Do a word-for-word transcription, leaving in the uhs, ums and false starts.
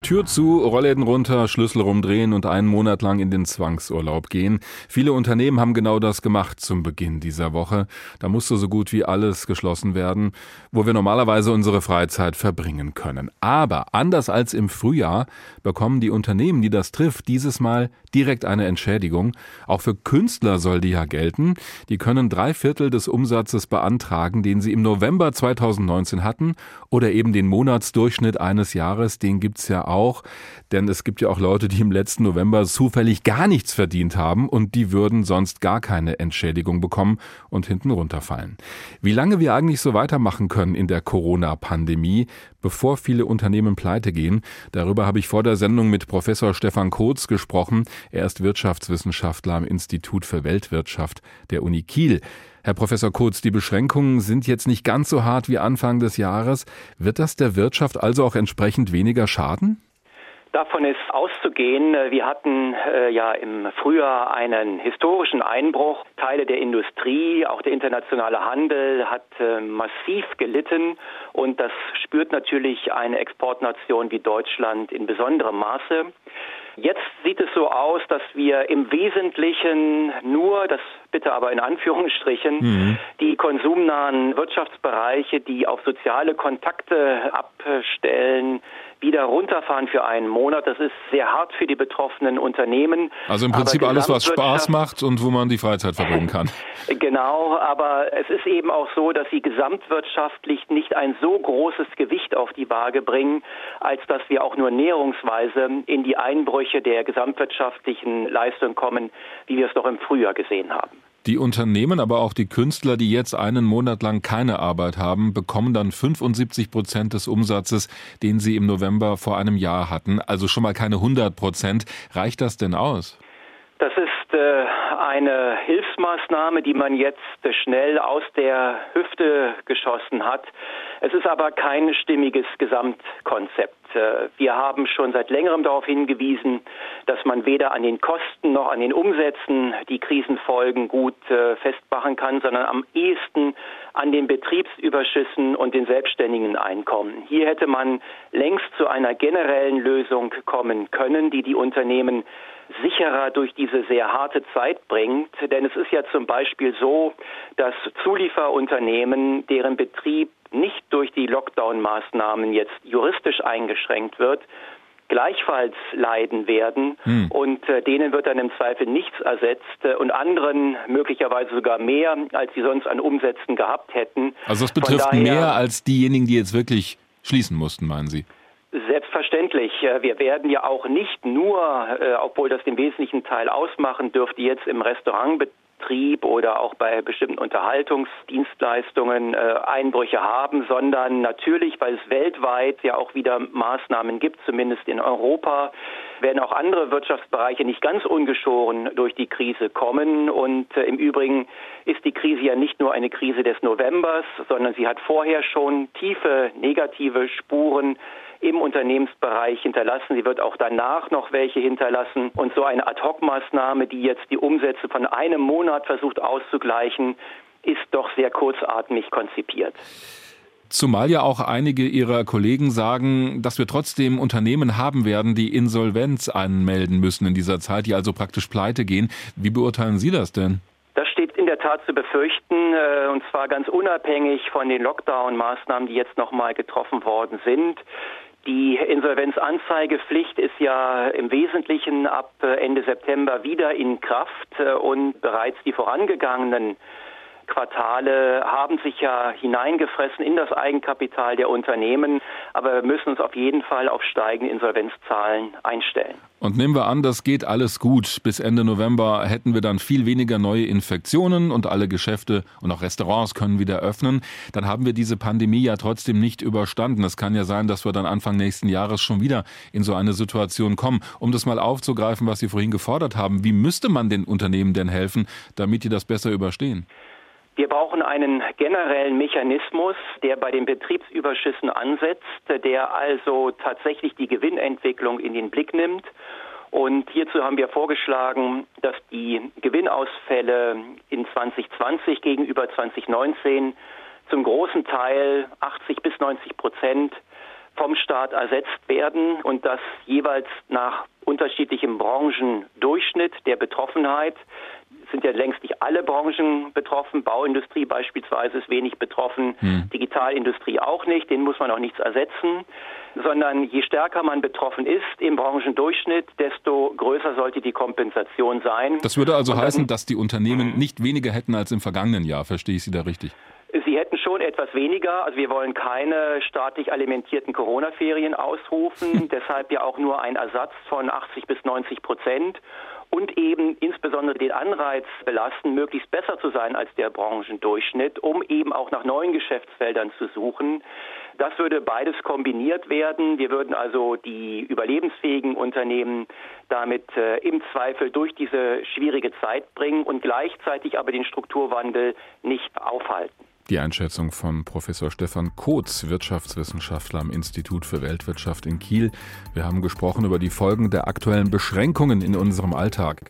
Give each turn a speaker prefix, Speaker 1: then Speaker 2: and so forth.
Speaker 1: Tür zu, Rollläden runter, Schlüssel rumdrehen und einen Monat lang in den Zwangsurlaub gehen. Viele Unternehmen haben genau das gemacht zum Beginn dieser Woche. Da musste so gut wie alles geschlossen werden, wo wir normalerweise unsere Freizeit verbringen können. Aber anders als im Frühjahr bekommen die Unternehmen, die das trifft, dieses Mal direkt eine Entschädigung. Auch für Künstler soll die ja gelten. Die können drei Viertel des Umsatzes beantragen, den sie im November zweitausendneunzehn hatten, oder eben den Monatsdurchschnitt eines Jahres, den gibt's ja auch. Denn es gibt ja auch Leute, die im letzten November zufällig gar nichts verdient haben und die würden sonst gar keine Entschädigung bekommen und hinten runterfallen. Wie lange wir eigentlich so weitermachen können in der Corona-Pandemie, bevor viele Unternehmen pleite gehen, darüber habe ich vor der Sendung mit Professor Stefan Kotz gesprochen. Er ist Wirtschaftswissenschaftler am Institut für Weltwirtschaft der Uni Kiel. Herr Professor Kotz, die Beschränkungen sind jetzt nicht ganz so hart wie Anfang des Jahres. Wird das der Wirtschaft also auch entsprechend weniger schaden?
Speaker 2: Davon ist auszugehen. Wir hatten äh, ja im Frühjahr einen historischen Einbruch. Teile der Industrie, auch der internationale Handel hat äh, massiv gelitten. Und das spürt natürlich eine Exportnation wie Deutschland in besonderem Maße. Jetzt sieht es so aus, dass wir im Wesentlichen nur, das bitte aber in Anführungsstrichen, mhm. die konsumnahen Wirtschaftsbereiche, die auf soziale Kontakte abstellen, wieder runterfahren für einen Monat. Das ist sehr hart für die betroffenen Unternehmen.
Speaker 1: Also im Prinzip alles, was Spaß macht und wo man die Freizeit verbringen kann.
Speaker 2: Genau, aber es ist eben auch so, dass sie gesamtwirtschaftlich nicht ein so großes Gewicht auf die Waage bringen, als dass wir auch nur näherungsweise in die Einbrüche der gesamtwirtschaftlichen Leistung kommen, wie wir es noch im Frühjahr gesehen haben.
Speaker 1: Die Unternehmen, aber auch die Künstler, die jetzt einen Monat lang keine Arbeit haben, bekommen dann fünfundsiebzig Prozent des Umsatzes, den sie im November vor einem Jahr hatten. Also schon mal keine hundert Prozent. Reicht das denn aus?
Speaker 2: Das ist äh, eine Hilfsmaßnahme, die man jetzt äh, schnell aus der Hüfte geschossen hat. Es ist aber kein stimmiges Gesamtkonzept. Äh, wir haben schon seit längerem darauf hingewiesen, dass man weder an den Kosten noch an den Umsätzen die Krisenfolgen gut äh, festmachen kann, sondern am ehesten an den Betriebsüberschüssen und den selbstständigen Einkommen. Hier hätte man längst zu einer generellen Lösung kommen können, die die Unternehmen sicherer durch diese sehr harte Zeit bringt. Denn es ist ja zum Beispiel so, dass Zulieferunternehmen, deren Betrieb nicht durch die Lockdown-Maßnahmen jetzt juristisch eingeschränkt wird, gleichfalls leiden werden hm. und äh, denen wird dann im Zweifel nichts ersetzt äh, und anderen möglicherweise sogar mehr, als sie sonst an Umsätzen gehabt hätten.
Speaker 1: Also das betrifft daher, mehr als diejenigen, die jetzt wirklich schließen mussten, meinen Sie?
Speaker 2: Selbstverständlich. Wir werden ja auch nicht nur, obwohl das den wesentlichen Teil ausmachen dürfte, jetzt im Restaurantbetrieb oder auch bei bestimmten Unterhaltungsdienstleistungen Einbrüche haben, sondern natürlich, weil es weltweit ja auch wieder Maßnahmen gibt, zumindest in Europa, werden auch andere Wirtschaftsbereiche nicht ganz ungeschoren durch die Krise kommen. Und im Übrigen ist die Krise ja nicht nur eine Krise des Novembers, sondern sie hat vorher schon tiefe negative Spuren im Unternehmensbereich hinterlassen. Sie wird auch danach noch welche hinterlassen. Und so eine Ad-Hoc-Maßnahme, die jetzt die Umsätze von einem Monat versucht auszugleichen, ist doch sehr kurzatmig konzipiert.
Speaker 1: Zumal ja auch einige Ihrer Kollegen sagen, dass wir trotzdem Unternehmen haben werden, die Insolvenz anmelden müssen in dieser Zeit, die also praktisch pleite gehen. Wie beurteilen Sie das denn?
Speaker 2: Das steht in der Tat zu befürchten, und zwar ganz unabhängig von den Lockdown-Maßnahmen, die jetzt nochmal getroffen worden sind. Die Insolvenzanzeigepflicht ist ja im Wesentlichen ab Ende September wieder in Kraft und bereits die vorangegangenen Quartale haben sich ja hineingefressen in das Eigenkapital der Unternehmen, aber wir müssen uns auf jeden Fall auf steigende Insolvenzzahlen einstellen.
Speaker 1: Und nehmen wir an, das geht alles gut. Bis Ende November hätten wir dann viel weniger neue Infektionen und alle Geschäfte und auch Restaurants können wieder öffnen. Dann haben wir diese Pandemie ja trotzdem nicht überstanden. Es kann ja sein, dass wir dann Anfang nächsten Jahres schon wieder in so eine Situation kommen. Um das mal aufzugreifen, was Sie vorhin gefordert haben, wie müsste man den Unternehmen denn helfen, damit die das besser überstehen?
Speaker 2: Wir brauchen einen generellen Mechanismus, der bei den Betriebsüberschüssen ansetzt, der also tatsächlich die Gewinnentwicklung in den Blick nimmt. Und hierzu haben wir vorgeschlagen, dass die Gewinnausfälle in zwanzig zwanzig gegenüber zwanzig neunzehn zum großen Teil achtzig bis neunzig Prozent vom Staat ersetzt werden und das jeweils nach unterschiedlichem Branchendurchschnitt der Betroffenheit. Es sind ja längst nicht alle Branchen betroffen. Bauindustrie beispielsweise ist wenig betroffen, hm. Digitalindustrie auch nicht, denen muss man auch nichts ersetzen, sondern je stärker man betroffen ist im Branchendurchschnitt, desto größer sollte die Kompensation sein.
Speaker 1: Das würde also dann heißen, dass die Unternehmen nicht weniger hätten als im vergangenen Jahr. Verstehe ich Sie da richtig?
Speaker 2: Sie hätten schon etwas weniger. Also wir wollen keine staatlich alimentierten Corona-Ferien ausrufen. Deshalb ja auch nur ein Ersatz von achtzig bis neunzig Prozent. Und eben insbesondere den Anreiz belasten, möglichst besser zu sein als der Branchendurchschnitt, um eben auch nach neuen Geschäftsfeldern zu suchen. Das würde beides kombiniert werden. Wir würden also die überlebensfähigen Unternehmen damit äh, im Zweifel durch diese schwierige Zeit bringen und gleichzeitig aber den Strukturwandel nicht aufhalten.
Speaker 1: Die Einschätzung von Professor Stefan Kotz, Wirtschaftswissenschaftler am Institut für Weltwirtschaft in Kiel. Wir haben gesprochen über die Folgen der aktuellen Beschränkungen in unserem Alltag.